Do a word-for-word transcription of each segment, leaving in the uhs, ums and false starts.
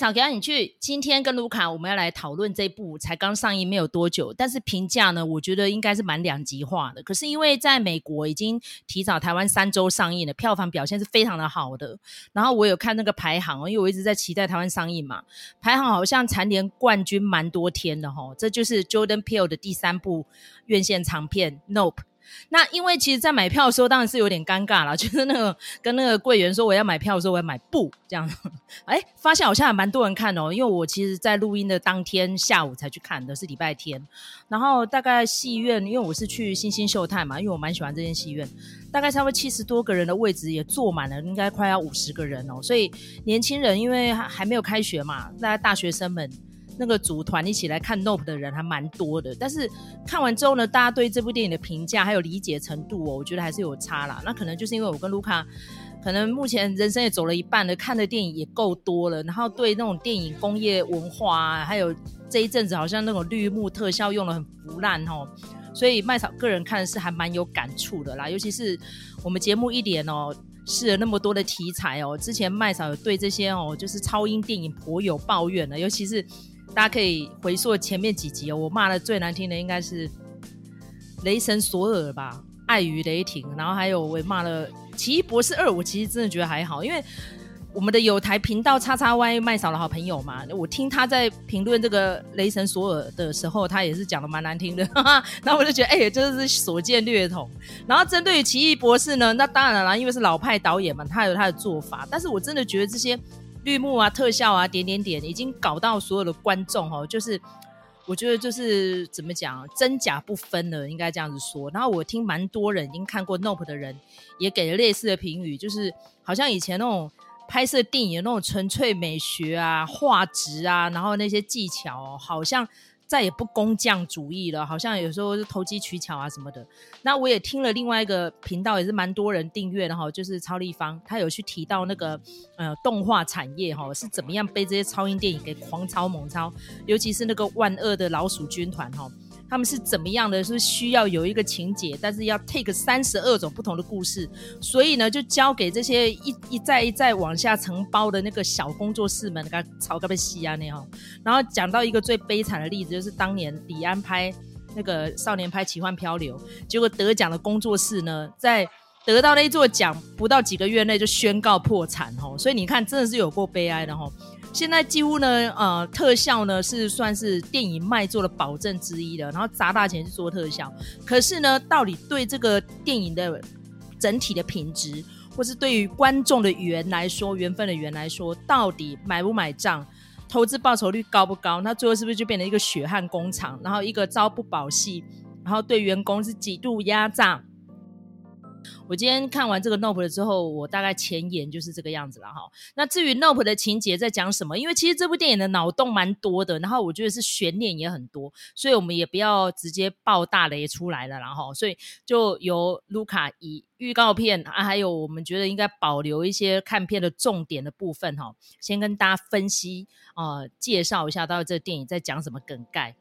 嫂给到你去，今天跟卢卡我们要来讨论这部才刚上映没有多久，但是评价呢我觉得应该是蛮两极化的，可是因为在美国已经提早台湾三周上映了，票房表现是非常的好的，然后我有看那个排行，因为我一直在期待台湾上映嘛，排行好像蝉联冠军蛮多天的齁，这就是 Jordan Peele 的第三部院线长片 Nope。那因为其实在买票的时候当然是有点尴尬啦，就是那个跟那个柜员说我要买票的时候我要买不这样，哎，发现好像还蛮多人看哦，因为我其实在录音的当天下午才去看的，是礼拜天，然后大概戏院，因为我是去星星秀泰嘛，因为我蛮喜欢这间戏院，大概差不多七十多个人的位置也坐满了，应该快要五十个人哦，所以年轻人因为还没有开学嘛，大家大学生们那个组团一起来看 Nope 的人还蛮多的，但是看完之后呢，大家对这部电影的评价还有理解程度哦，我觉得还是有差啦。那可能就是因为我跟卢卡可能目前人生也走了一半了，看的电影也够多了，然后对那种电影工业文化啊，还有这一阵子好像那种绿幕特效用得很腐烂哦，所以麦嫂个人看的是还蛮有感触的啦，尤其是我们节目一连哦试了那么多的题材哦，之前麦嫂有对这些哦就是超英电影颇有抱怨的，尤其是大家可以回溯前面几集哦，我骂的最难听的应该是雷神索尔吧，爱与雷霆，然后还有我骂了奇异博士二，我其实真的觉得还好，因为我们的有台频道叉叉 Y 麦嫂的好朋友嘛，我听他在评论这个雷神索尔的时候他也是讲的蛮难听的然后我就觉得哎、欸，真的是所见略同。然后针对于奇异博士呢，那当然了，因为是老派导演嘛，他有他的做法，但是我真的觉得这些绿幕啊特效啊点点点已经搞到所有的观众哦，就是我觉得就是怎么讲真假不分了，应该这样子说。然后我听蛮多人已经看过 Nope 的人也给了类似的评语，就是好像以前那种拍摄电影的那种纯粹美学啊画质啊，然后那些技巧哦，好像再也不工匠主义了，好像有时候是投机取巧啊什么的。那我也听了另外一个频道也是蛮多人订阅的哈，就是超立方，他有去提到那个呃动画产业哈是怎么样被这些超英电影给狂抄猛抄，尤其是那个万恶的老鼠军团哈，他们是怎么样的，是需要有一个情节，但是要 take 三十二种不同的故事，所以呢就交给这些一一再一再往下承包的那个小工作室们给抄个被戏啊那样。然后讲到一个最悲惨的例子，就是当年李安拍那个少年派奇幻漂流，结果得奖的工作室呢在得到那一座奖不到几个月内就宣告破产，所以你看真的是有够悲哀的。现在几乎呢呃，特效呢是算是电影卖座的保证之一了，然后砸大钱去做特效，可是呢到底对这个电影的整体的品质，或是对于观众的缘来说，缘分的缘来说，到底买不买账，投资报酬率高不高，那最后是不是就变成一个血汗工厂，然后一个朝不保夕，然后对员工是极度压榨。我今天看完这个 Nope 了之后，我大概前言就是这个样子了哈。那至于 Nope 的情节在讲什么，因为其实这部电影的脑洞蛮多的，然后我觉得是悬念也很多，所以我们也不要直接爆大雷出来了啦哈。所以就由卢卡以预告片啊，还有我们觉得应该保留一些看片的重点的部分哈，先跟大家分析呃，介绍一下到底这个电影在讲什么梗概。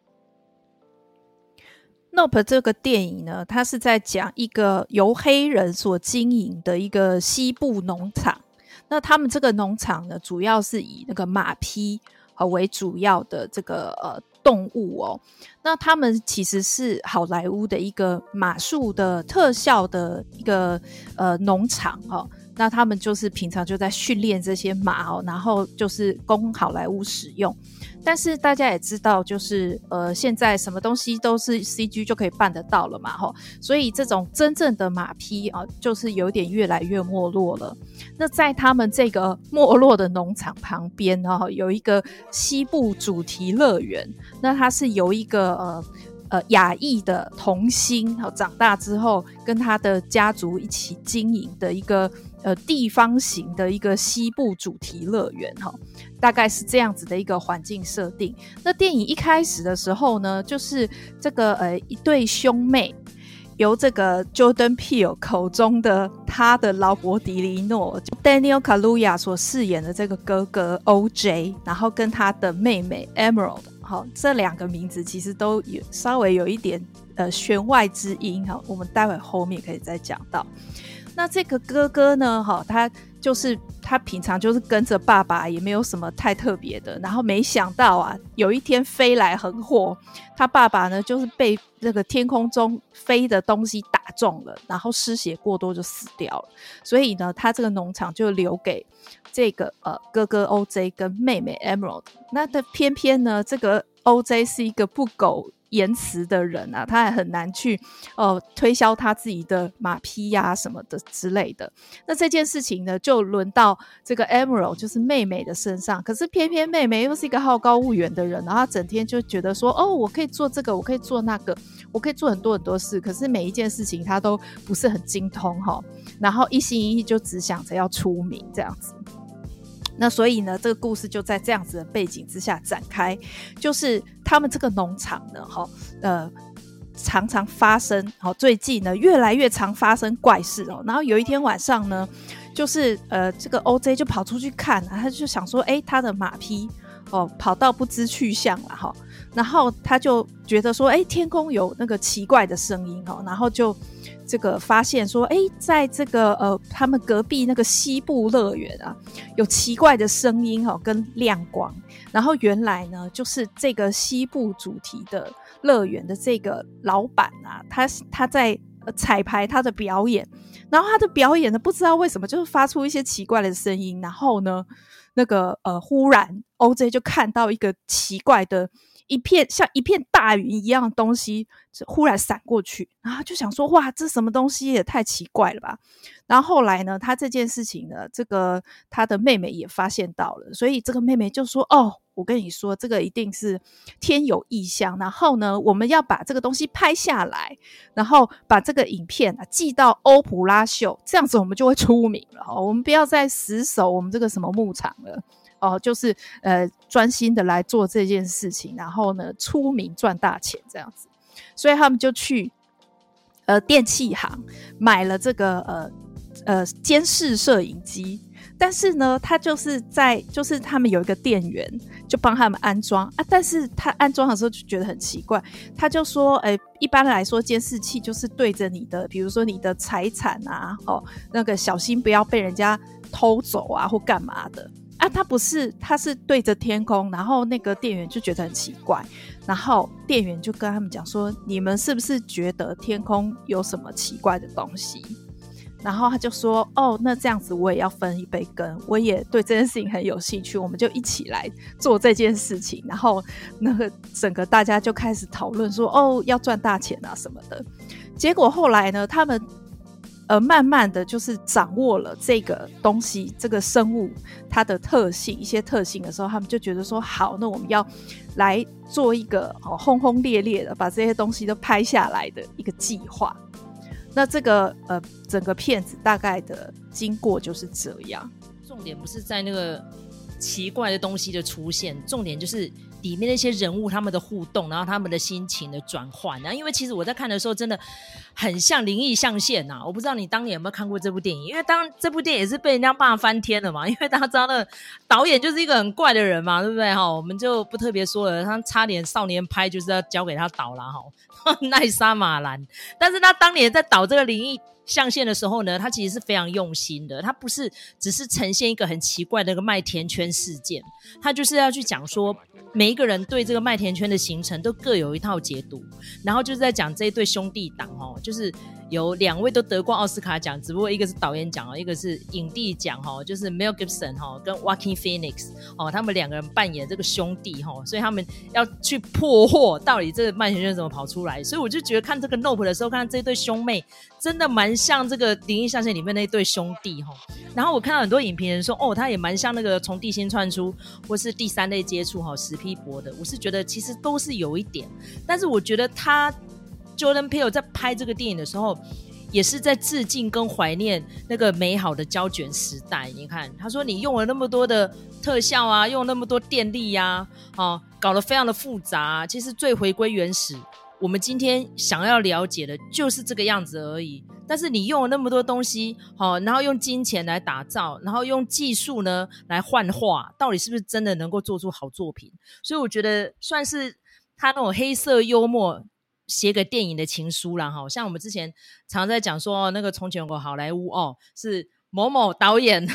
Nope 这个电影呢，它是在讲一个由黑人所经营的一个西部农场。那他们这个农场呢，主要是以那个马匹为主要的这个呃动物哦。那他们其实是好莱坞的一个马术的特效的一个呃农场哦。那他们就是平常就在训练这些马哦，然后就是供好莱坞使用。但是大家也知道，就是呃，现在什么东西都是 C G 就可以办得到了嘛，吼，所以这种真正的马匹啊，就是有点越来越没落了。那在他们这个没落的农场旁边啊，有一个西部主题乐园，那它是由一个呃。呃，亚裔的童星长大之后跟他的家族一起经营的一个呃地方型的一个西部主题乐园，大概是这样子的一个环境设定。那电影一开始的时候呢，就是这个呃一对兄妹，由这个 Jordan Peele 口中的他的劳勃迪尼诺 Daniel Kaluuya 所饰演的这个哥哥 O J， 然后跟他的妹妹 Emerald， 好，这两个名字其实都有稍微有一点呃弦外之音，好，我们待会后面可以再讲到。那这个哥哥呢，他就是他平常就是跟着爸爸，也没有什么太特别的，然后没想到啊，有一天飞来横祸，他爸爸呢就是被那个天空中飞的东西打中了，然后失血过多就死掉了。所以呢，他这个农场就留给这个呃哥哥 O J 跟妹妹 Emerald。那的偏偏呢，这个 O J 是一个不苟言辞的人啊，他还很难去呃推销他自己的马匹呀、啊、什么的之类的。那这件事情呢，就轮到这个 Emerald 就是妹妹的身上。可是偏偏妹妹又是一个好高骛远的人，然后她整天就觉得说，哦，我可以做这个，我可以做那个，我可以做很多很多事，可是每一件事情她都不是很精通齁，然后一心一意就只想着要出名这样子。那所以呢，这个故事就在这样子的背景之下展开，就是他们这个农场呢，呃，常常发生，最近呢越来越常发生怪事哦。然后有一天晚上呢，就是呃这个 O J 就跑出去看，他就想说，哎，他的马匹哦跑到不知去向了哈，然后他就觉得说，哎，天空有那个奇怪的声音哦，然后就这个发现说，哎，在这个呃他们隔壁那个西部乐园啊，有奇怪的声音哦跟亮光，然后原来呢就是这个西部主题的乐园的这个老板啊，他他在彩排他的表演，然后他的表演呢不知道为什么就是发出一些奇怪的声音，然后呢那个呃忽然 O J 就看到一个奇怪的一片像一片大云一样的东西忽然闪过去，然后就想说，哇，这什么东西也太奇怪了吧。然后后来呢，他这件事情呢，这个他的妹妹也发现到了，所以这个妹妹就说，哦，我跟你说这个一定是天有异象，然后呢我们要把这个东西拍下来，然后把这个影片啊寄到欧普拉秀，这样子我们就会出名了、哦、我们不要再死守我们这个什么牧场了哦，就是呃专心的来做这件事情，然后呢出名赚大钱这样子。所以他们就去呃电器行买了这个呃呃监视摄影机，但是呢他就是在就是他们有一个店员就帮他们安装啊，但是他安装的时候就觉得很奇怪，他就说诶、欸、一般来说监视器就是对着你的比如说你的财产啊哦那个小心不要被人家偷走啊或干嘛的啊，他不是，他是对着天空，然后那个店员就觉得很奇怪，然后店员就跟他们讲说，你们是不是觉得天空有什么奇怪的东西？然后他就说，哦，那这样子我也要分一杯羹，我也对这件事情很有兴趣，我们就一起来做这件事情。然后那个整个大家就开始讨论说，哦，要赚大钱啊什么的。结果后来呢，他们呃，慢慢的就是掌握了这个东西这个生物它的特性一些特性的时候，他们就觉得说好，那我们要来做一个、哦、轰轰烈烈的把这些东西都拍下来的一个计划。那这个呃整个片子大概的经过就是这样。 重点不是在那个奇怪的东西的出现，重点就是里面那些人物他们的互动，然后他们的心情的转换、啊、因为其实我在看的时候真的很像灵异象限啊，我不知道你当年有没有看过这部电影，因为当这部电影也是被人家骂翻天了嘛，因为大家知道那个导演就是一个很怪的人嘛，对不对？我们就不特别说了，他差点少年拍就是要交给他导啦，奈莎马兰。但是他当年在导这个灵异象限的时候呢，他其实是非常用心的，他不是只是呈现一个很奇怪的一个麦田圈事件，他就是要去讲说每一个人对这个麦田圈的形成都各有一套解读，然后就是在讲这一对兄弟档哦，就是有两位都得过奥斯卡奖，只不过一个是导演奖哦，一个是影帝奖哦，就是 Mel Gibson 哦跟 Joaquin Phoenix 哦，他们两个人扮演这个兄弟哦，所以他们要去破获到底这个麦田圈怎么跑出来，所以我就觉得看这个 Nope 的时候，看这对兄妹真的蛮像这个灵异象限里面那一对兄弟哦。然后我看到很多影评人说，哦，他也蛮像那个从地心窜出或是第三类接触哈史皮博的，我是觉得其实都是有一点，但是我觉得他 Jordan Peele 在拍这个电影的时候也是在致敬跟怀念那个美好的胶卷时代。你看他说你用了那么多的特效啊，用了那么多电力啊、哦、搞得非常的复杂、啊、其实最回归原始我们今天想要了解的就是这个样子而已，但是你用了那么多东西、哦、然后用金钱来打造，然后用技术呢来幻化，到底是不是真的能够做出好作品？所以我觉得算是他那种黑色幽默写给电影的情书啦，像我们之前常在讲说、哦、那个从前有个好莱坞哦，是某某导演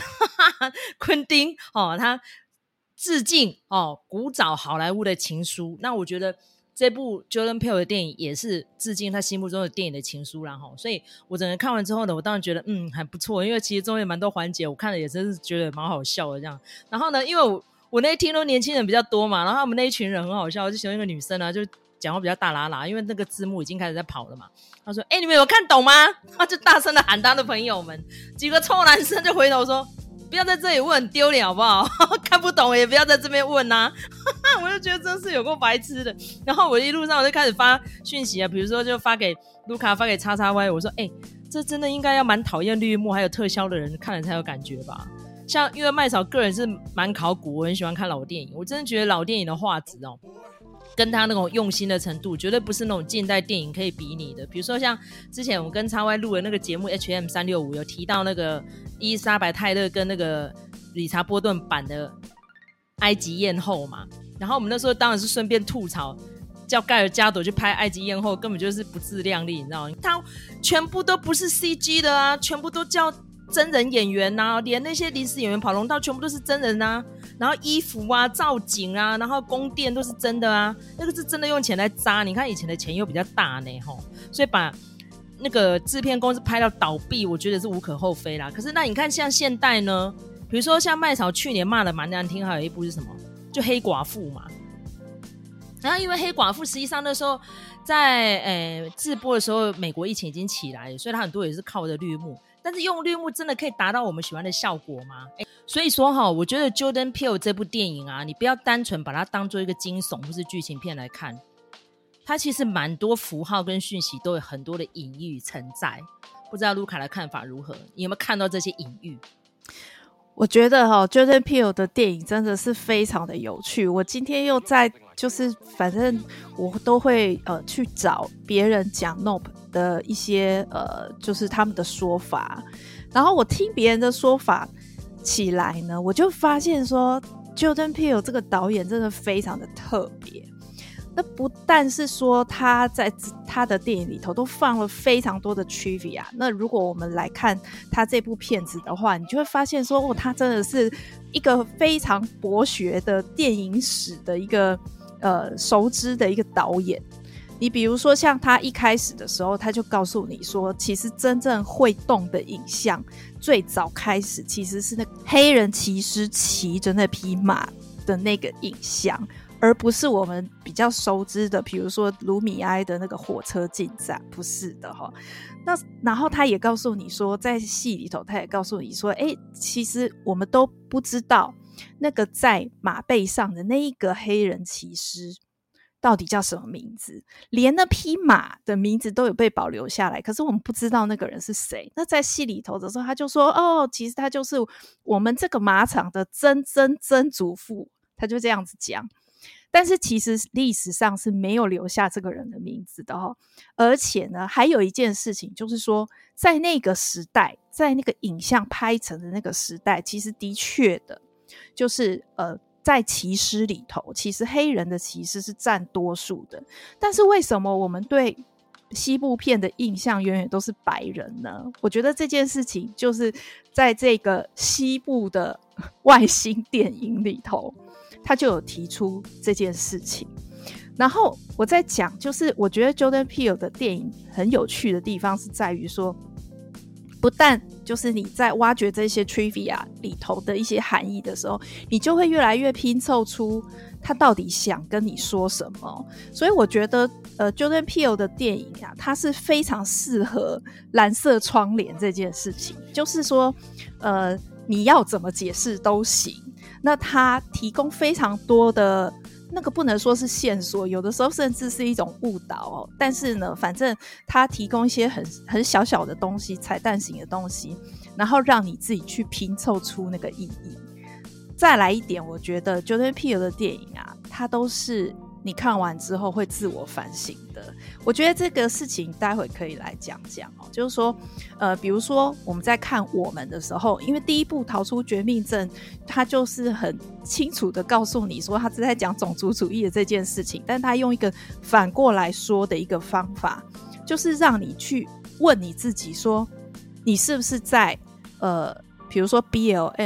昆汀哦，他致敬哦古早好莱坞的情书。那我觉得这部 Jordan Peele 的电影也是致敬他心目中的电影的情书啦，所以我整个看完之后呢，我当然觉得嗯还不错，因为其实中间蛮多环节我看了也真是觉得蛮好笑的这样。然后呢，因为我我那一听都年轻人比较多嘛，然后他们那一群人很好笑，就喜欢一个女生啊，就讲话比较大喇喇，因为那个字幕已经开始在跑了嘛。他说：“哎、欸，你们有看懂吗？”他就大声的喊他的朋友们，几个臭男生就回头说：“不要在这里问，很丢脸好不好？看不懂也不要在这边问啊！”我就觉得真是有够白痴的。然后我一路上我就开始发讯息啊，比如说就发给卢卡，发给叉叉 Y， 我说：“哎、欸，这真的应该要蛮讨厌绿幕还有特效的人看了才有感觉吧？”像因为麦草个人是蛮考古，我很喜欢看老电影，我真的觉得老电影的画质哦，跟他那种用心的程度绝对不是那种近代电影可以比拟的。比如说像之前我跟 X Y 录的那个节目 H M 三六五 有提到那个伊丽莎白泰勒跟那个理查波顿版的埃及艳后嘛，然后我们那时候当然是顺便吐槽叫盖尔加朵去拍埃及艳后根本就是不自量力，你知道吗？他全部都不是 C G 的啊，全部都叫真人演员啊，连那些临时演员跑龙套全部都是真人啊，然后衣服啊造景啊，然后宫殿都是真的啊，那个是真的用钱来扎，你看以前的钱又比较大呢齁，所以把那个制片公司拍到倒闭我觉得是无可厚非啦。可是那你看像现代呢，比如说像麦草去年骂的蛮难听，还有一部是什么，就黑寡妇嘛。然后因为黑寡妇实际上那时候在呃制播的时候美国疫情已经起来了，所以它很多也是靠着绿幕，但是用绿幕真的可以达到我们喜欢的效果吗？所以说哈，我觉得 Jordan Peele 这部电影啊，你不要单纯把它当做一个惊悚或是剧情片来看，它其实蛮多符号跟讯息都有很多的隐喻存在。不知道卢卡的看法如何？你有没有看到这些隐喻？ 我觉得哈、哦、Jordan Peele 的电影真的是非常的有趣。我今天又在就是反正我都会呃去找别人讲 Nope 的一些呃就是他们的说法，然后我听别人的说法起来呢，我就发现说 Jordan Peele 这个导演真的非常的特别。那不但是说他在他的电影里头都放了非常多的 trivia， 那如果我们来看他这部片子的话，你就会发现说哦，他真的是一个非常博学的电影史的一个呃熟知的一个导演。你比如说像他一开始的时候他就告诉你说，其实真正会动的影像最早开始其实是那个黑人骑士骑着那匹马的那个影像，而不是我们比较熟知的比如说卢米埃的那个火车进站，不是的齁。那然后他也告诉你说，在戏里头他也告诉你说，诶，其实我们都不知道那个在马背上的那一个黑人骑士到底叫什么名字，连那匹马的名字都有被保留下来，可是我们不知道那个人是谁。那在戏里头的时候他就说，哦，其实他就是我们这个马场的曾曾曾祖父，他就这样子讲。但是其实历史上是没有留下这个人的名字的齁。而且呢还有一件事情就是说，在那个时代，在那个影像拍成的那个时代，其实的确的就是呃在骑士里头其实黑人的骑士是占多数的，但是为什么我们对西部片的印象远远都是白人呢？我觉得这件事情就是在这个西部的外星电影里头他就有提出这件事情。然后我在讲就是我觉得 Jordan Peele 的电影很有趣的地方是在于说，不但就是你在挖掘这些 trivia 里头的一些含义的时候，你就会越来越拼凑出他到底想跟你说什么。所以我觉得呃 Jordan Peele 的电影啊，它是非常适合蓝色窗帘这件事情，就是说呃你要怎么解释都行。那他提供非常多的那个不能说是线索，有的时候甚至是一种误导哦。但是呢，反正他提供一些很很小小的东西，彩蛋型的东西，然后让你自己去拼凑出那个意义。再来一点，我觉得 Jordan Peele 的电影啊，它都是你看完之后会自我反省的。我觉得这个事情待会可以来讲讲哦，就是说呃，比如说我们在看我们的时候，因为第一部逃出绝命镇他就是很清楚的告诉你说他是在讲种族主义的这件事情，但他用一个反过来说的一个方法，就是让你去问你自己说，你是不是在呃比如说 B L M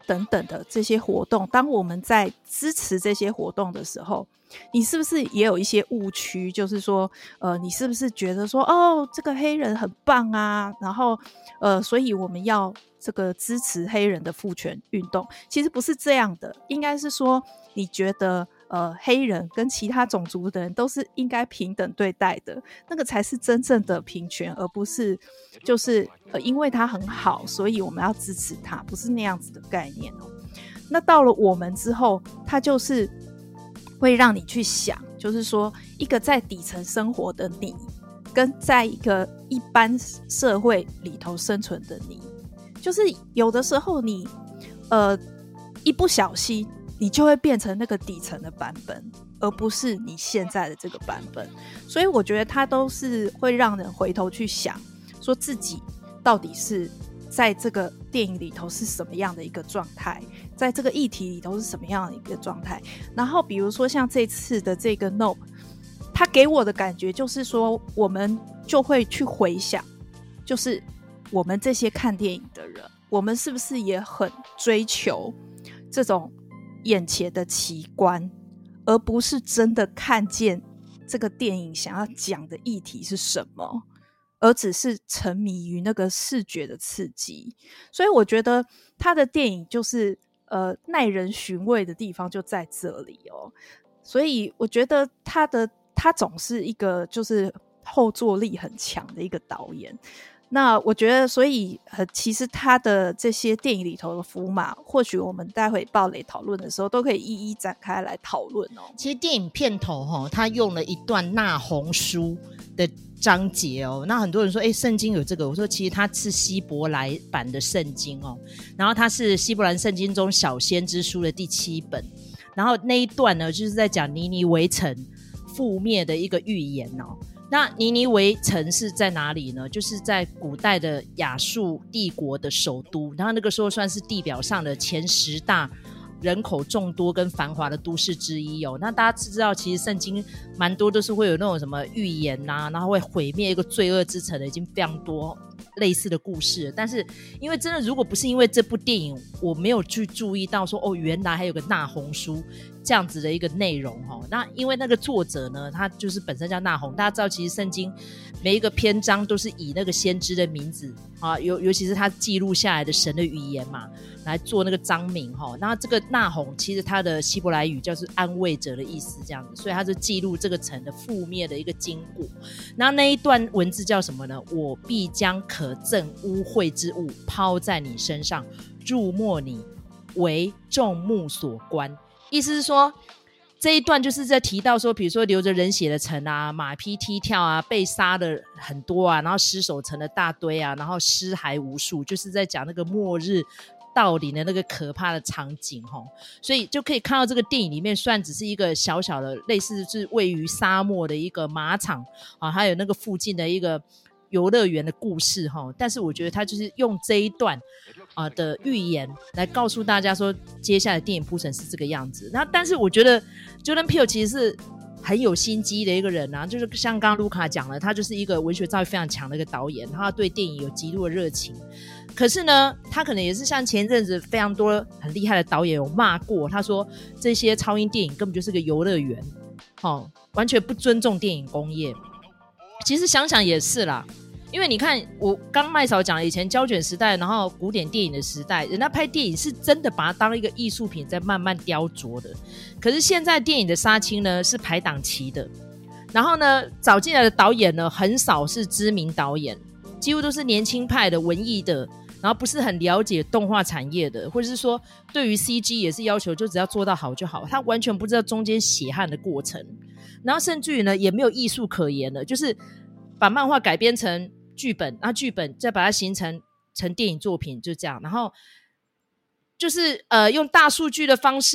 等等的这些活动，当我们在支持这些活动的时候，你是不是也有一些误区？就是说，呃，你是不是觉得说，哦，这个黑人很棒啊，然后，呃，所以我们要这个支持黑人的父权运动？其实不是这样的，应该是说，你觉得，呃，黑人跟其他种族的人都是应该平等对待的，那个才是真正的平权，而不是就是呃，因为他很好，所以我们要支持他，不是那样子的概念哦。那到了我们之后，他就是会让你去想，就是说一个在底层生活的你，跟在一个一般社会里头生存的你，就是有的时候你呃一不小心，你就会变成那个底层的版本，而不是你现在的这个版本。所以我觉得它都是会让人回头去想，说自己到底是在这个电影里头是什么样的一个状态，在这个议题里头是什么样的一个状态。然后比如说像这次的这个 Nope， 它给我的感觉就是说，我们就会去回想，就是我们这些看电影的人，我们是不是也很追求这种眼前的奇观，而不是真的看见这个电影想要讲的议题是什么，而只是沉迷于那个视觉的刺激。所以我觉得他的电影就是呃耐人寻味的地方就在这里哦。所以我觉得他的他总是一个就是后坐力很强的一个导演。那我觉得所以呃，其实他的这些电影里头的符码，或许我们待会爆雷讨论的时候都可以一一展开来讨论哦。 其实电影片头齁，他用了一段纳红书的章节哦，那很多人说哎，圣经有这个，我说其实它是希伯来版的圣经哦，然后它是希伯来圣经中小先知书的第七本，然后那一段呢就是在讲尼尼微城覆灭的一个预言哦。那尼尼微城是在哪里呢？就是在古代的亚述帝国的首都，然后那个时候算是地表上的前十大人口众多跟繁华的都市之一哦。那大家知道其实圣经蛮多都是会有那种什么预言啊，然后会毁灭一个罪恶之城的，已经非常多类似的故事了。但是因为真的如果不是因为这部电影我没有去注意到说哦，原来还有个纳红书这样子的一个内容哦。那因为那个作者呢，他就是本身叫纳红，大家知道其实圣经每一个篇章都是以那个先知的名字啊，尤尤其是他记录下来的神的语言嘛，来做那个章名哈。那这个纳红其实他的希伯来语就是安慰者的意思这样子，所以他就记录这个城的覆灭的一个经过。然后那一段文字叫什么呢？我必将可憎污秽之物抛在你身上，入没你，为众目所观。意思是说这一段就是在提到说，比如说流着人血的城啊，马匹踢跳啊，被杀的很多啊，然后尸首成了大堆啊，然后尸骸无数，就是在讲那个末日到临的那个可怕的场景齁。所以就可以看到这个电影里面虽然只是一个小小的类似是位于沙漠的一个马场啊，还有那个附近的一个游乐园的故事齁，但是我觉得他就是用这一段呃、的预言来告诉大家说接下来电影铺陈是这个样子。那但是我觉得 Jordan Peele 其实是很有心机的一个人啊，就是像刚刚卢卡讲了，他就是一个文学造诣非常强的一个导演，他对电影有极度的热情。可是呢他可能也是像前阵子非常多很厉害的导演有骂过，他说这些超英电影根本就是个游乐园、哦、完全不尊重电影工业。其实想想也是啦，因为你看我刚麦嫂讲了以前胶卷时代然后古典电影的时代，人家拍电影是真的把它当一个艺术品在慢慢雕琢的。可是现在电影的杀青呢是排档期的，然后呢找进来的导演呢很少是知名导演，几乎都是年轻派的文艺的，然后不是很了解动画产业的，或者是说对于 C G 也是要求就只要做到好就好，他完全不知道中间血汗的过程，然后甚至于呢也没有艺术可言了，就是把漫画改编成剧本，然后剧本再把它形成成电影作品，就这样。然后就是呃用大数据的方式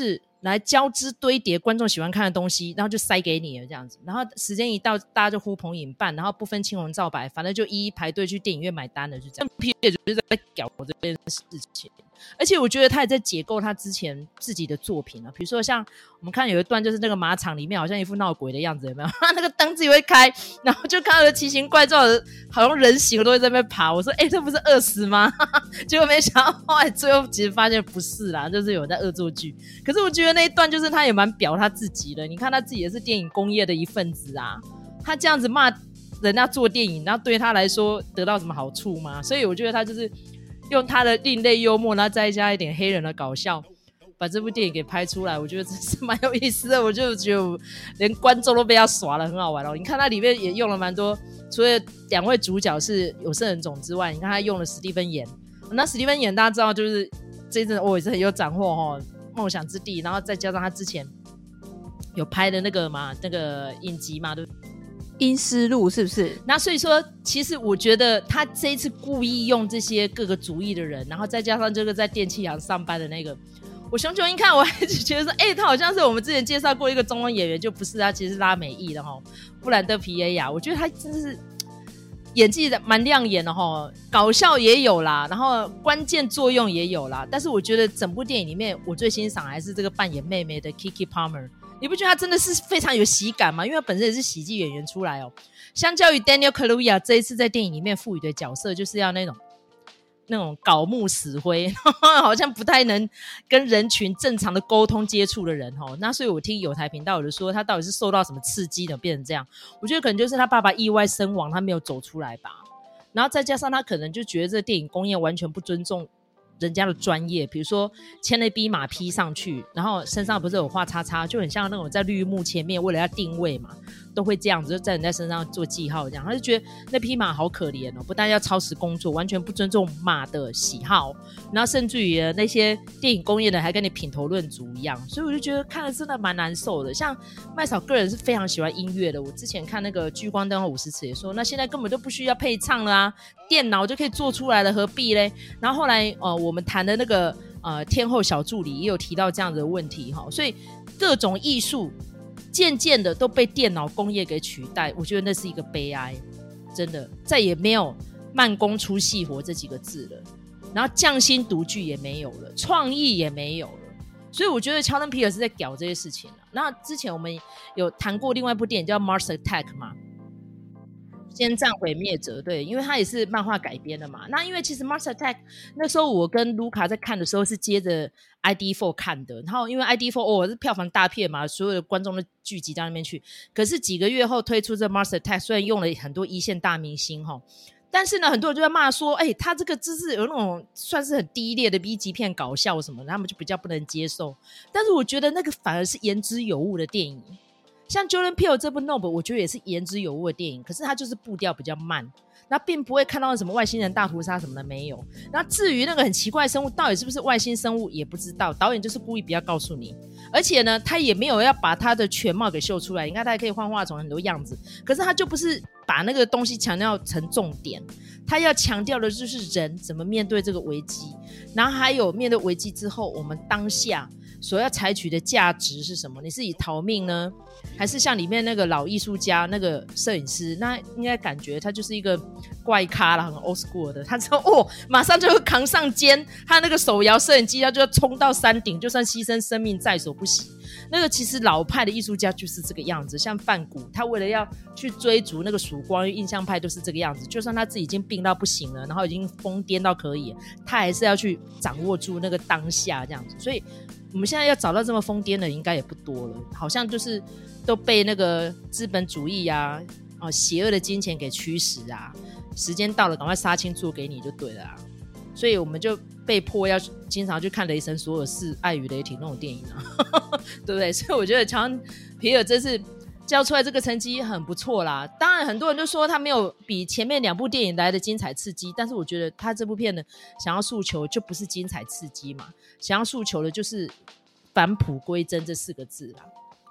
来交织堆叠观众喜欢看的东西，然后就塞给你了这样子，然后时间一到大家就呼朋引伴，然后不分青红皂白，反正就一一排队去电影院买单了，就这样。P 也就是在搞我这件事情，而且我觉得他也在解构他之前自己的作品啊，比如说像我们看有一段就是那个马场里面好像一副闹鬼的样子，有没有？那个灯自己会开，然后就看到奇形怪状的好像人形都会在那边爬，我说哎、欸，这不是饿死吗？结果没想到后来最后其实发现不是啦，就是有在恶作剧。可是我觉得那一段就是他也蛮表他自己的，你看他自己也是电影工业的一份子啊，他这样子骂人家做电影，然后对他来说得到什么好处吗？所以我觉得他就是用他的另类幽默，然后再加一点黑人的搞笑，把这部电影给拍出来，我觉得真是蛮有意思的。我就觉得连观众都被他耍了，很好玩哦。你看他里面也用了蛮多，除了两位主角是有色人种之外，你看他用了史蒂芬演，那史蒂芬演大家知道就是这一阵我也是很有斩获哦，梦想之地，然后再加上他之前有拍的那个嘛，那个影集嘛，对不对？ 阴尸路是不是？ 那所以说其实我觉得他这一次故意用这些各个族裔的人，然后再加上这个在电器行上班的那个，我熊熊一看我还是觉得说哎、欸，他好像是我们之前介绍过一个中文演员，就不是他，其实是拉美裔的齁，布兰德皮耶亚。我觉得他真的是演技蛮亮眼的齁，搞笑也有啦，然后关键作用也有啦，但是我觉得整部电影里面我最欣赏还是这个扮演妹妹的 Keke Palmer。你不觉得他真的是非常有喜感吗？因为他本身也是喜剧演员出来哦。相较于 Daniel Kaluuya 这一次在电影里面赋予的角色，就是要那种那种槁木死灰，好像不太能跟人群正常的沟通接触的人哦。那所以我听有台频道有的说他到底是受到什么刺激的变成这样，我觉得可能就是他爸爸意外身亡，他没有走出来吧。然后再加上他可能就觉得这个电影工业完全不尊重人家的专业，比如说牵了一匹马匹上去，然后身上不是有画叉叉，就很像那种在绿幕前面为了要定位嘛，都会这样子，就在人家身上做记号这样。他就觉得那匹马好可怜哦，不但要超时工作，完全不尊重马的喜好，然后甚至于那些电影工业的还跟你品头论足一样，所以我就觉得看了真的蛮难受的。像麦嫂个人是非常喜欢音乐的，我之前看那个聚光灯和五十尺也说，那现在根本就不需要配唱了啊，电脑就可以做出来了，何必嘞？然后后来呃，我们谈的那个呃天后小助理也有提到这样的问题哈，所以各种艺术渐渐的都被电脑工业给取代，我觉得那是一个悲哀，真的再也没有慢工出细活这几个字了，然后匠心独具也没有了，创意也没有了，所以我觉得乔丹皮尔是在搞这些事情了。那之前我们有谈过另外一部电影叫 Mars Attack 嘛，先战毁灭者，对，因为它也是漫画改编的嘛。那因为其实 Mars Attack 那时候我跟卢卡在看的时候是接着 I D 四 看的，然后因为 I D 四 哦是票房大片嘛，所有的观众都聚集到那边去。可是几个月后推出这 Mars Attack， 虽然用了很多一线大明星齁，但是呢很多人就在骂说，哎、欸，他这个就是有那种算是很低劣的 B 级片搞笑什么的，他们就比较不能接受。但是我觉得那个反而是言之有物的电影。像 Jordan Peele 这部 Nope 我觉得也是言之有物的电影，可是它就是步调比较慢，那并不会看到什么外星人大屠杀什么的没有。那至于那个很奇怪的生物到底是不是外星生物也不知道，导演就是故意不要告诉你，而且呢他也没有要把他的全貌给秀出来，你看他还可以幻化成很多样子，可是他就不是把那个东西强调成重点，他要强调的就是人怎么面对这个危机，然后还有面对危机之后我们当下所要采取的价值是什么？你是以逃命呢，还是像里面那个老艺术家那个摄影师，那应该感觉他就是一个怪咖啦，很 old school 的，他之后哦马上就会扛上肩，他那个手摇摄影机他就要冲到山顶，就算牺牲生命在所不惜。那个其实老派的艺术家就是这个样子，像梵谷他为了要去追逐那个曙光，印象派都是这个样子，就算他自己已经病到不行了，然后已经疯癫到可以，他还是要去掌握住那个当下这样子。所以我们现在要找到这么疯癫的应该也不多了，好像就是都被那个资本主义啊、哦、邪恶的金钱给驱使啊，时间到了赶快杀青做给你就对了啊。所以我们就被迫要经常去看雷神索尔是爱与雷霆那种电影啊对不对？所以我觉得乔恩皮尔这次交出来这个成绩很不错啦。当然很多人就说他没有比前面两部电影来的精彩刺激，但是我觉得他这部片呢想要诉求就不是精彩刺激嘛，想要诉求的就是返璞归真这四个字啦。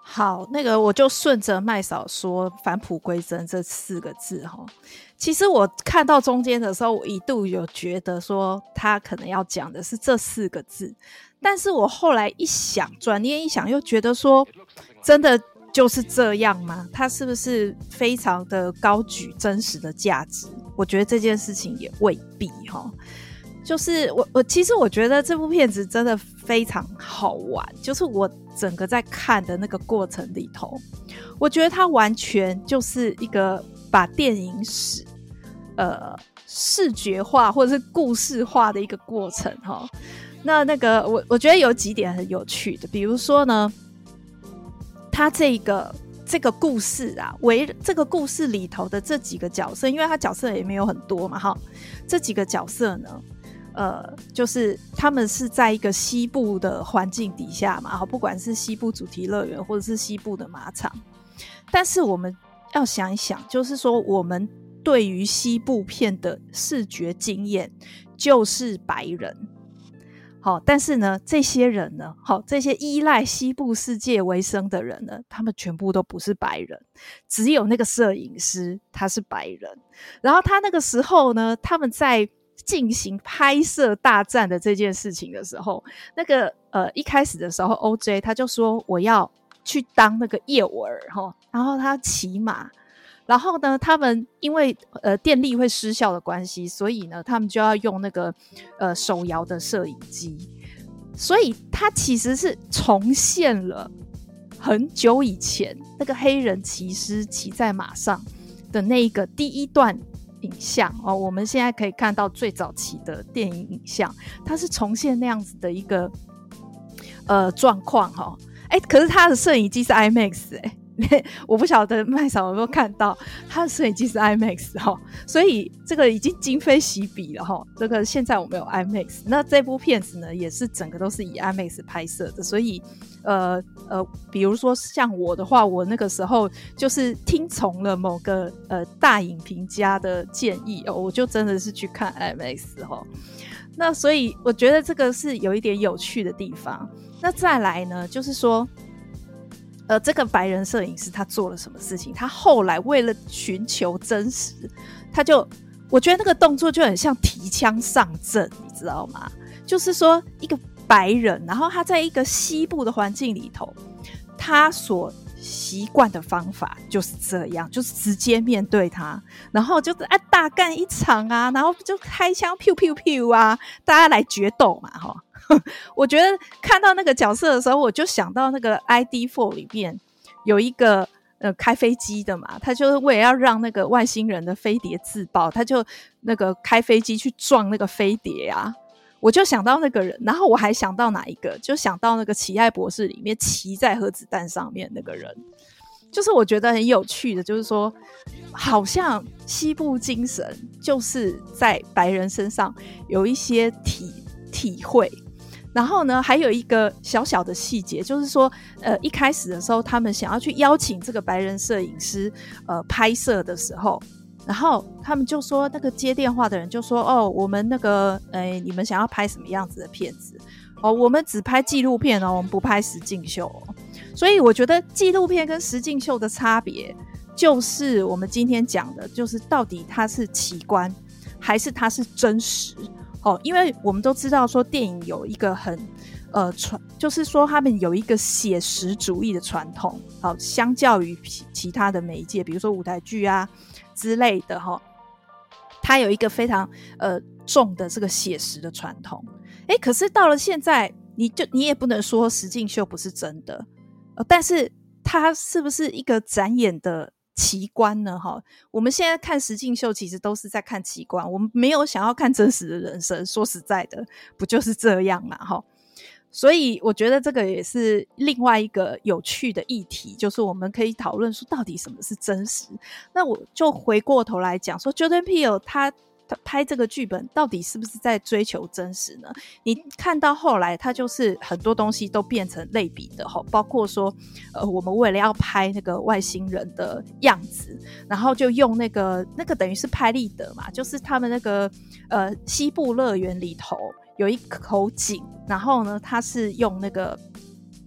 好，那个我就顺着麦嫂说返璞归真这四个字齁，其实我看到中间的时候，我一度有觉得说他可能要讲的是这四个字，但是我后来一想，转念一想，又觉得说真的就是这样吗？他是不是非常的高举真实的价值？我觉得这件事情也未必齁。就是我我其实我觉得这部片子真的非常好玩，就是我整个在看的那个过程里头，我觉得它完全就是一个把电影史呃视觉化或者是故事化的一个过程齁。那那个我我觉得有几点很有趣的，比如说呢，它这个这个故事啊，围这个故事里头的这几个角色，因为它角色也没有很多嘛齁，这几个角色呢呃，就是他们是在一个西部的环境底下嘛，不管是西部主题乐园或者是西部的马场，但是我们要想一想，就是说我们对于西部片的视觉经验就是白人，好，但是呢这些人呢，好，这些依赖西部世界为生的人呢，他们全部都不是白人，只有那个摄影师他是白人。然后他那个时候呢，他们在进行拍摄大战的这件事情的时候，那个呃一开始的时候 O J 他就说我要去当那个诱饵齁，然后他骑马，然后呢他们因为呃电力会失效的关系，所以呢他们就要用那个呃手摇的摄影机，所以他其实是重现了很久以前那个黑人骑师骑在马上的那一个第一段影像哦，我们现在可以看到最早期的电影影像，它是重现那样子的一个呃状况哈。哎，可是他的摄影机是 IMAX 哎、欸，我不晓得麦嫂有没有看到，他的摄影机是 IMAX 哈，所以这个已经今非昔比了哈。这个现在我们有 IMAX， 那这部片子呢也是整个都是以 IMAX 拍摄的，所以呃呃，比如说像我的话，我那个时候就是听从了某个呃大影评家的建议哦，我就真的是去看 IMAX 哈。那所以我觉得这个是有一点有趣的地方。那再来呢，就是说呃，这个白人摄影师他做了什么事情？他后来为了寻求真实，他就我觉得那个动作就很像提枪上阵，你知道吗？就是说一个白人，然后他在一个西部的环境里头，他所习惯的方法就是这样，就是直接面对他，然后就是啊大干一场啊，然后就开枪 pew pew pew 啊，大家来决斗嘛齁。我觉得看到那个角色的时候，我就想到那个 I D 四 里面有一个呃开飞机的嘛，他就是为了要让那个外星人的飞碟自爆，他就那个开飞机去撞那个飞碟啊。我就想到那个人，然后我还想到哪一个，就想到那个奇爱博士里面骑在核子弹上面那个人，就是我觉得很有趣的，就是说好像西部精神就是在白人身上有一些体体会。然后呢还有一个小小的细节，就是说呃一开始的时候他们想要去邀请这个白人摄影师呃拍摄的时候，然后他们就说那个接电话的人就说哦我们那个呃你们想要拍什么样子的片子哦，我们只拍纪录片哦，我们不拍实境秀哦。所以我觉得纪录片跟实境秀的差别就是我们今天讲的，就是到底它是奇观还是它是真实哦，因为我们都知道说电影有一个很呃传，就是说他们有一个写实主义的传统，好，相较于其他的媒介，比如说舞台剧啊之类的哈，它有一个非常呃重的这个写实的传统。哎，可是到了现在，你就你也不能说实境秀不是真的，呃，但是它是不是一个展演的奇观呢？哈，我们现在看实境秀其实都是在看奇观，我们没有想要看真实的人生，说实在的不就是这样嘛哈。所以我觉得这个也是另外一个有趣的议题，就是我们可以讨论说到底什么是真实。那我就回过头来讲说 Jordan Peele 他拍这个剧本到底是不是在追求真实呢？你看到后来他就是很多东西都变成类比的，包括说呃，我们为了要拍那个外星人的样子，然后就用那个那个等于是拍立得嘛，就是他们那个呃西部乐园里头有一口井，然后呢它是用那个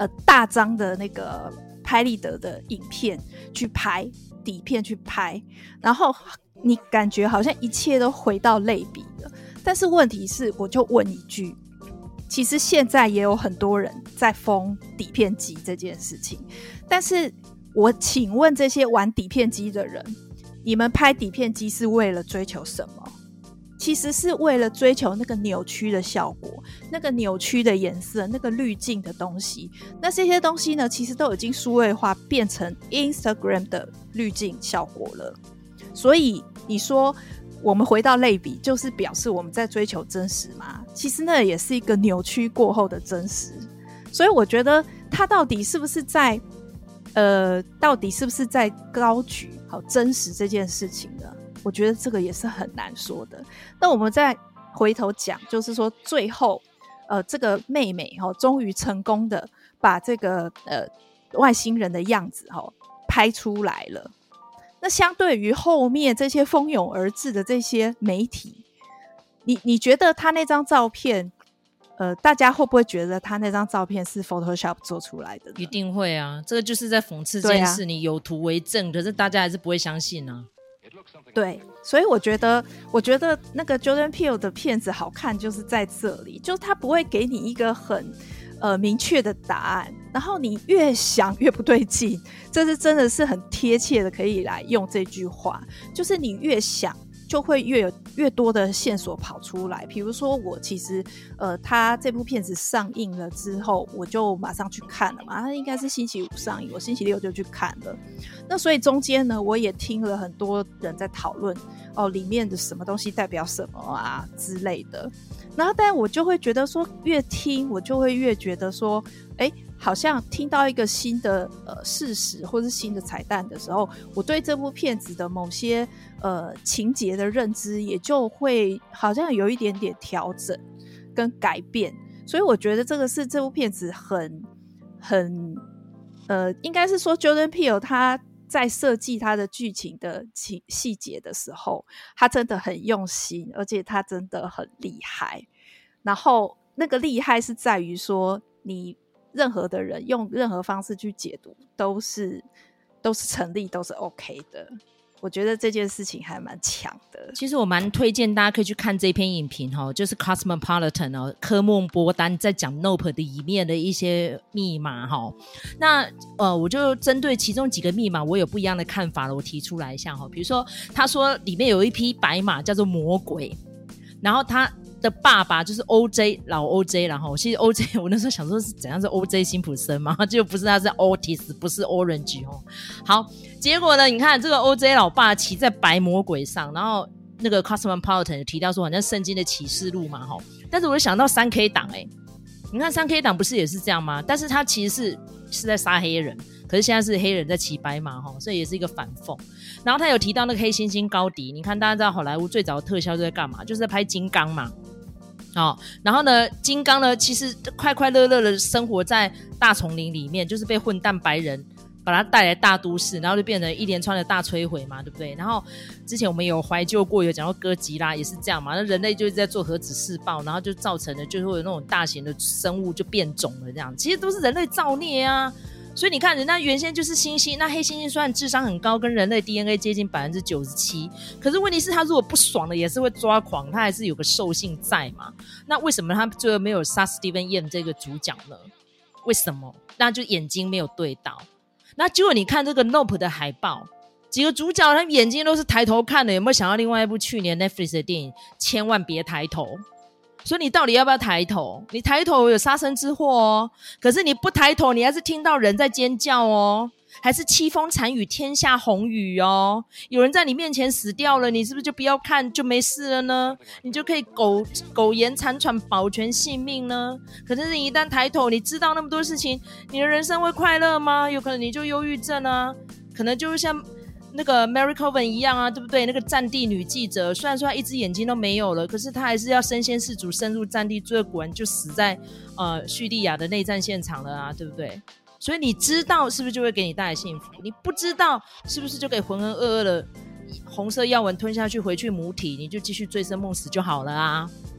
呃大张的那个拍立得的影片去拍底片去拍，然后你感觉好像一切都回到类比了。但是问题是，我就问一句，其实现在也有很多人在封底片机这件事情，但是我请问这些玩底片机的人，你们拍底片机是为了追求什么？其实是为了追求那个扭曲的效果，那个扭曲的颜色，那个滤镜的东西。那这些东西呢，其实都已经数位化，变成 Instagram 的滤镜效果了。所以你说我们回到类比，就是表示我们在追求真实吗？其实那也是一个扭曲过后的真实。所以我觉得他到底是不是在呃，到底是不是在高举好真实这件事情呢？我觉得这个也是很难说的。那我们再回头讲，就是说最后呃，这个妹妹哦，终于成功的把这个呃外星人的样子哦拍出来了。那相对于后面这些蜂拥而至的这些媒体，你你觉得他那张照片呃，大家会不会觉得他那张照片是 Photoshop 做出来的呢？ 一定会啊，这个就是在讽刺这件事，啊，你有图为证，可是大家还是不会相信啊。 对，所以我觉得我觉得那个 Jordan Peele 的片子好看就是在这里，就是他不会给你一个很呃明确的答案，然后你越想越不对劲，这是真的是很贴切的可以来用这句话，就是你越想就会越有越多的线索跑出来。比如说我其实呃，他这部片子上映了之后，我就马上去看了嘛，他应该是星期五上映，我星期六就去看了。那所以中间呢，我也听了很多人在讨论哦，里面的什么东西代表什么啊之类的。然后但我就会觉得说，越听我就会越觉得说，哎，好像听到一个新的呃事实或是新的彩蛋的时候，我对这部片子的某些呃情节的认知也就会好像有一点点调整跟改变。所以我觉得这个是这部片子很很呃，应该是说 Jordan Peele 他在设计他的剧情的细节的时候，他真的很用心，而且他真的很厉害。然后那个厉害是在于说，你任何的人用任何方式去解读都是都是成立，都是 OK 的。我觉得这件事情还蛮强的。 其实我蛮推荐大家可以去看这篇影评、哦、就是 Cosmopolitan、哦、科梦波丹在讲 Nope 的里面的一些密码、哦、那呃，我就针对其中几个密码我有不一样的看法了，我提出来一下、哦、比如说他说里面有一匹白马叫做魔鬼，然后他的爸爸就是 O J 老 O J， 然后其实 O J 我那时候想说是怎样，是 O J 辛普森嘛，就不是，他是 Otis 不是 Orange 哦。好，结果呢，你看这个 O J 老爸骑在白魔鬼上，然后那个 Cosmopolitan 有提到说好像圣经的启示录嘛，但是我就想到 三 K 党哎，你看 三 K 党不是也是这样吗？但是他其实是是在杀黑人，可是现在是黑人在骑白马，所以也是一个反讽。然后他有提到那个黑猩猩高迪，你看大家知道好莱坞最早的特效就在干嘛，就是在拍金刚嘛。哦，然后呢金刚呢其实快快乐乐的生活在大丛林里面，就是被混蛋白人把他带来大都市，然后就变成一连串的大摧毁嘛，对不对？然后之前我们有怀旧过，有讲到哥吉拉也是这样嘛，那人类就是在做核子试爆，然后就造成了就是会有那种大型的生物就变种了，这样其实都是人类造孽啊。所以你看人家原先就是猩猩，那黑猩猩虽然智商很高，跟人类 D N A 接近 百分之九十七， 可是问题是他如果不爽了也是会抓狂，他还是有个兽性在嘛。那为什么他最后没有杀 Steven Yeun 这个主角呢？为什么？那就眼睛没有对到。那结果你看这个 Nope 的海报，几个主角他眼睛都是抬头看的，有没有想到另外一部去年 Netflix 的电影千万别抬头？所以你到底要不要抬头？你抬头有杀身之祸哦，可是你不抬头你还是听到人在尖叫哦，还是凄风惨雨天下红雨哦，有人在你面前死掉了，你是不是就不要看就没事了呢？你就可以苟苟延残喘保全性命呢？可是你一旦抬头，你知道那么多事情，你的人生会快乐吗？有可能你就忧郁症啊，可能就是像那个 Mary Coven 一样啊，对不对？那个战地女记者，虽然说她一只眼睛都没有了，可是她还是要身先士卒深入战地，最后果然就死在呃叙利亚的内战现场了啊，对不对？所以你知道是不是就会给你带来幸福？你不知道是不是就可以浑浑噩噩的红色药丸吞下去，回去母体你就继续醉生梦死就好了啊？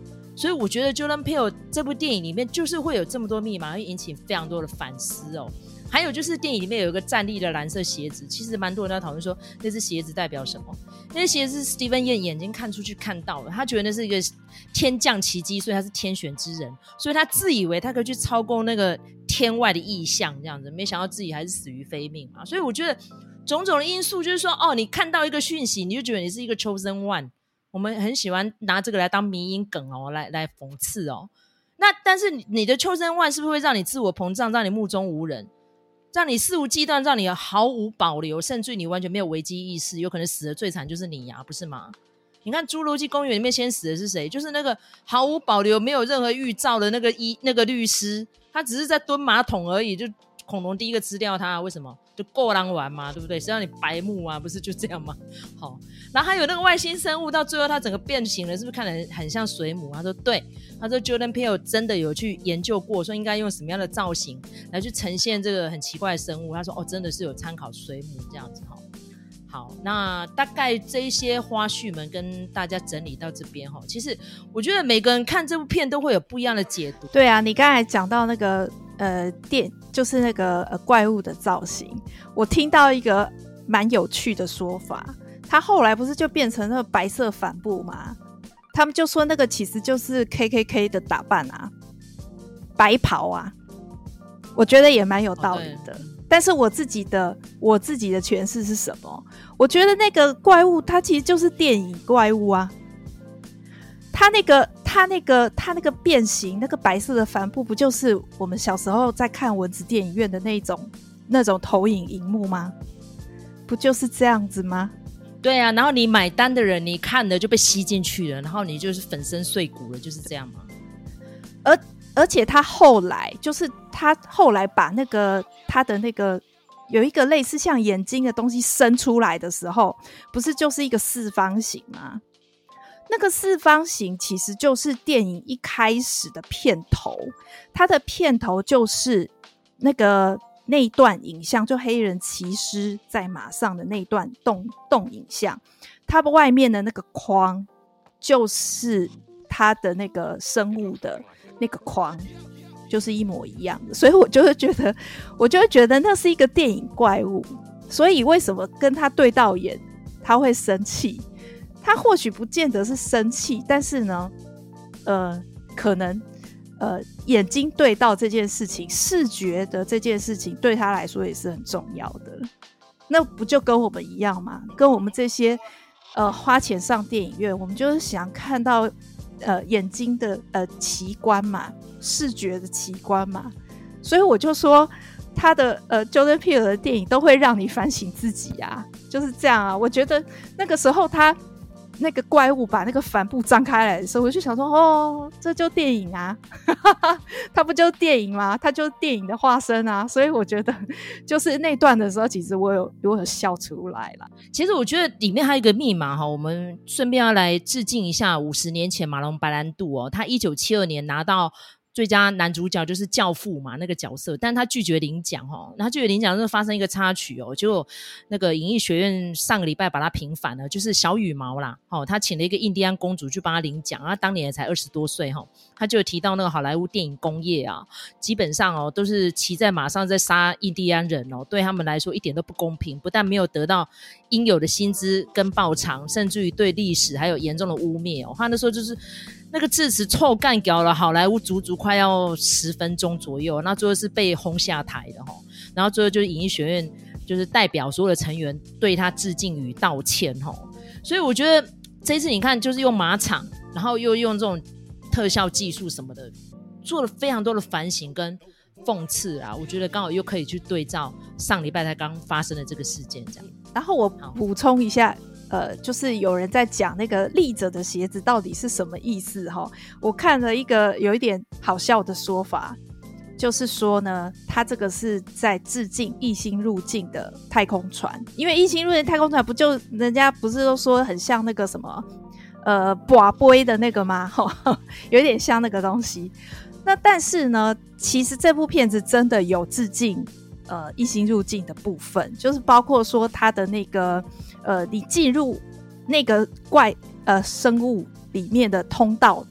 所以我觉得 Jordan Peele 这部电影里面就是会有这么多密码，会引起非常多的反思哦。还有就是电影里面有一个站立的蓝色鞋子，其实蛮多人在讨论说那只鞋子代表什么。那些鞋子是 Steven Yeun 眼睛看出去看到的，他觉得那是一个天降奇迹，所以他是天选之人，所以他自以为他可以去操控那个天外的意象这样子，没想到自己还是死于非命嘛。所以我觉得种种的因素就是说，哦，你看到一个讯息，你就觉得你是一个 chosen one， 我们很喜欢拿这个来当迷因梗哦，来来讽刺哦。那但是你的 chosen one 是不是会让你自我膨胀，让你目中无人，让你肆无忌惮，让你毫无保留，甚至你完全没有危机意识，有可能死的最惨就是你呀、啊，不是吗？你看侏罗纪公园里面先死的是谁？就是那个毫无保留没有任何预兆的那个医那个律师，他只是在蹲马桶而已，就恐龙第一个吃掉他，为什么？就够狼玩嘛，对不对？谁让你白目啊？不是就这样吗？好，然后还有那个外星生物，到最后他整个变形了，是不是看得 很, 很像水母？他说对，他说 Jordan Peele 真的有去研究过，说应该用什么样的造型来去呈现这个很奇怪的生物。他说哦，真的是有参考水母这样子。好，那大概这些花絮们跟大家整理到这边。其实我觉得每个人看这部片都会有不一样的解读。 对啊，你刚才讲到那个呃电，就是那个、呃、怪物的造型，我听到一个蛮有趣的说法，他后来不是就变成那个白色帆布吗？他们就说那个其实就是 K K K 的打扮啊，白袍啊，我觉得也蛮有道理的。哦，但是我自己的我自己的诠释是什么？我觉得那个怪物它其实就是电影怪物啊，它那个它那个它那个变形，那个白色的帆布不就是我们小时候在看蚊子电影院的那种那种投影萤幕吗？不就是这样子吗？ 对啊，然后你买单的人，你看了就被吸进去了，然后你就是粉身碎骨了，就是这样吗？ 而而且他后来就是他后来把那个他的那个有一个类似像眼睛的东西伸出来的时候，不是就是一个四方形吗？那个四方形其实就是电影一开始的片头，它的片头就是那个那一段影像，就黑人骑师在马上的那一段动动影像，它外面的那个框就是它的那个生物的那个框，就是一模一样的。所以我就会觉得我就会觉得那是一个电影怪物。所以为什么跟他对到眼他会生气？他或许不见得是生气，但是呢呃，可能呃，眼睛对到这件事情，视觉的这件事情对他来说也是很重要的。那不就跟我们一样吗？跟我们这些呃花钱上电影院，我们就是想看到呃眼睛的呃奇观嘛，视觉的奇观嘛。所以我就说他的呃 Jordan Peele 的电影都会让你反省自己啊，就是这样啊。我觉得那个时候他那个怪物把那个帆布张开来的时候，我就想说哦，这就电影啊它不就电影吗？它就是电影的化身啊。所以我觉得就是那段的时候，其实我有我有笑出来啦。 其实我觉得里面还有一个密码，我们顺便要来致敬一下五十年前马龙白兰度哦，他一九七二年拿到最佳男主角，就是教父嘛那个角色，但他拒绝领奖哦，他拒绝领奖就发生一个插曲哦，结果那个影艺学院上个礼拜把他平反了，就是小羽毛啦哦，他请了一个印第安公主去帮他领奖，他当年也才二十多岁哈、哦，他就有提到那个好莱坞电影工业啊，基本上哦都是骑在马上在杀印第安人哦，对他们来说一点都不公平，不但没有得到应有的薪资跟报偿，甚至于对历史还有严重的污蔑哦，他那时候就是那个致辞臭干掉了好莱坞足足快要十分钟左右，那最后是被轰下台的齁。然后最后就是影艺学院就是代表所有的成员对他致敬与道歉齁。所以我觉得这一次你看就是用马场，然后又用这种特效技术什么的，做了非常多的反省跟讽刺啊，我觉得刚好又可以去对照上礼拜才刚发生的这个事件这样。 然后我补充一下，呃，就是有人在讲那个立着的鞋子到底是什么意思齁。我看了一个有一点好笑的说法，就是说呢，他这个是在致敬异星入境的太空船，因为异星入境太空船不就人家不是都说很像那个什么呃拔杯的那个吗？有点像那个东西。那但是呢，其实这部片子真的有致敬呃异星入境的部分，就是包括说它的那个呃你进入那个怪呃生物里面的通道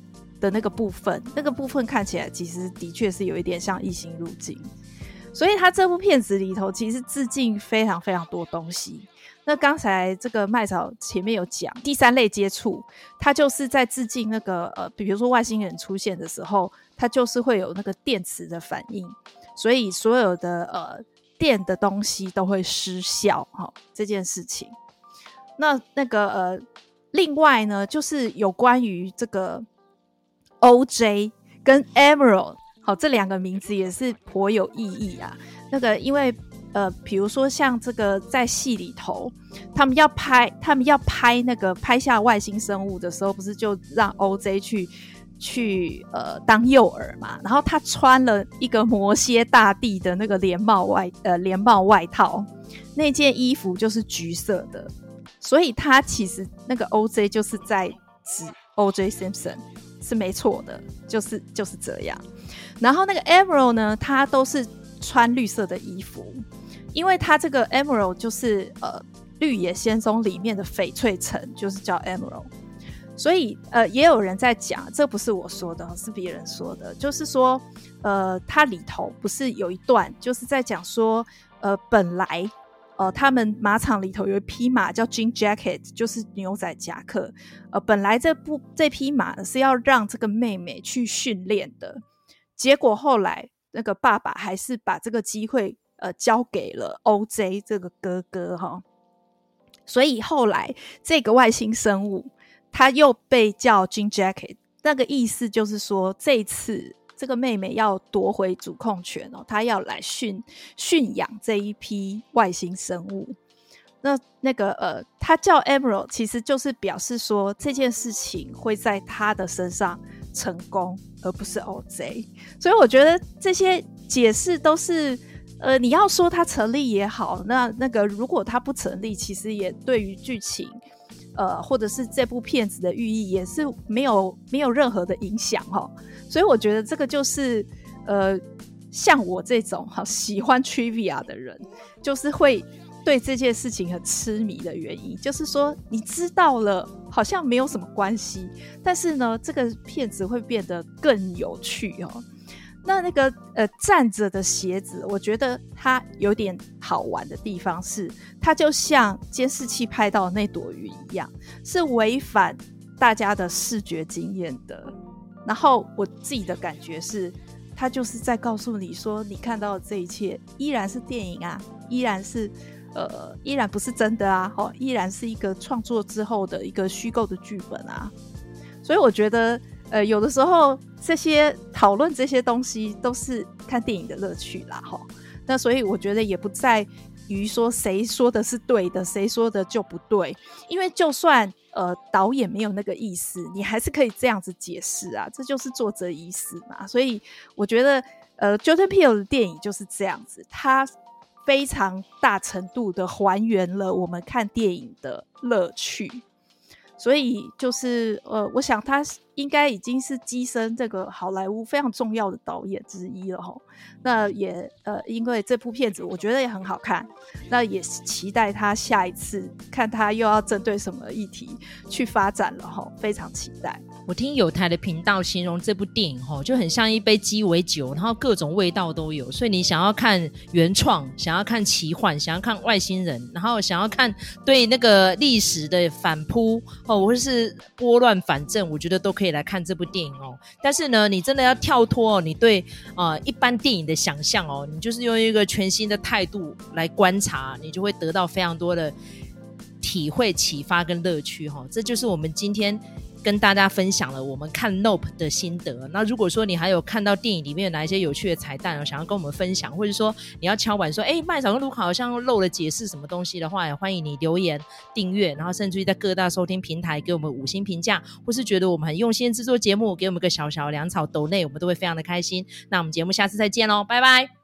的那个部分，那个部分看起来其实的确是有一点像异星入境，所以他这部片子里头其实致敬非常非常多东西。那刚才这个麦草前面有讲第三类接触，它就是在致敬那个呃，比如说外星人出现的时候，它就是会有那个电磁的反应，所以所有的呃电的东西都会失效、哦、这件事情。那那个呃，另外呢，就是有关于这个 O J 跟 Emerald， 好，这两个名字也是颇有意义啊。那个因为呃，比如说像这个在戏里头，他们要拍，他们要拍那个拍下外星生物的时候，不是就让 O J 去去呃当诱饵嘛？然后他穿了一个摩蝎大帝的那个连帽外呃连帽外套，那件衣服就是橘色的，所以他其实那个 O J 就是在指 O J Simpson， 是没错的，就是就是这样。然后那个 Emerald 呢，他都是穿绿色的衣服。因为它这个 Emerald 就是呃绿野仙踪里面的翡翠城，就是叫 Emerald， 所以呃也有人在讲，这不是我说的，是别人说的，就是说呃它里头不是有一段就是在讲说呃本来呃他们马场里头有一匹马叫 Jean Jacket， 就是牛仔夹克，呃本来这部这匹马呢是要让这个妹妹去训练的，结果后来那个爸爸还是把这个机会呃，交给了 O J 这个哥哥哈，所以后来这个外星生物他又被叫 Jean Jacket， 那个意思就是说这一次这个妹妹要夺回主控权哦，她要来驯驯养这一批外星生物。那那个呃，他叫 Emerald， 其实就是表示说这件事情会在他的身上成功，而不是 O J。所以我觉得这些解释都是。呃，你要说它成立也好，那那个如果它不成立，其实也对于剧情，呃，或者是这部片子的寓意也是没有没有任何的影响哈。所以我觉得这个就是呃，像我这种哈喜欢 trivia 的人，就是会对这件事情很痴迷的原因，就是说你知道了好像没有什么关系，但是呢，这个片子会变得更有趣哦。那那个呃站着的鞋子，我觉得它有点好玩的地方是，它就像监视器拍到的那朵云一样，是违反大家的视觉经验的。然后我自己的感觉是，它就是在告诉你说，你看到的这一切依然是电影啊，依然是呃依然不是真的啊，哦，依然是一个创作之后的一个虚构的剧本啊。所以我觉得呃，有的时候这些讨论这些东西都是看电影的乐趣啦，齁。那所以我觉得也不在于说谁说的是对的，谁说的就不对，因为就算呃导演没有那个意思，你还是可以这样子解释啊，这就是作者意思嘛。所以我觉得呃 Jordan Peele 的电影就是这样子，他非常大程度的还原了我们看电影的乐趣。所以就是呃，我想他应该已经是跻身这个好莱坞非常重要的导演之一了齁。那也呃，因为这部片子我觉得也很好看，那也期待他下一次看他又要针对什么议题去发展了齁，非常期待。 我听有台的频道形容这部电影齁，就很像一杯鸡尾酒，然后各种味道都有，所以你想要看原创，想要看奇幻，想要看外星人，然后想要看对那个历史的反扑哦，或者是拨乱反正，我觉得都可以来看这部电影哦。但是呢，你真的要跳脱哦，你对呃一般电影的想象哦，你就是用一个全新的态度来观察，你就会得到非常多的体会、启发跟乐趣哦。这就是我们今天跟大家分享了我们看 Nope 的心得。那如果说你还有看到电影里面有哪一些有趣的彩蛋想要跟我们分享，或者说你要敲碗说哎，麦嫂跟卢卡好像漏了解释什么东西的话，也欢迎你留言订阅，然后甚至于在各大收听平台给我们五星评价，或是觉得我们很用心制作节目给我们个小小粮草抖内，我们都会非常的开心。那我们节目下次再见咯，拜拜。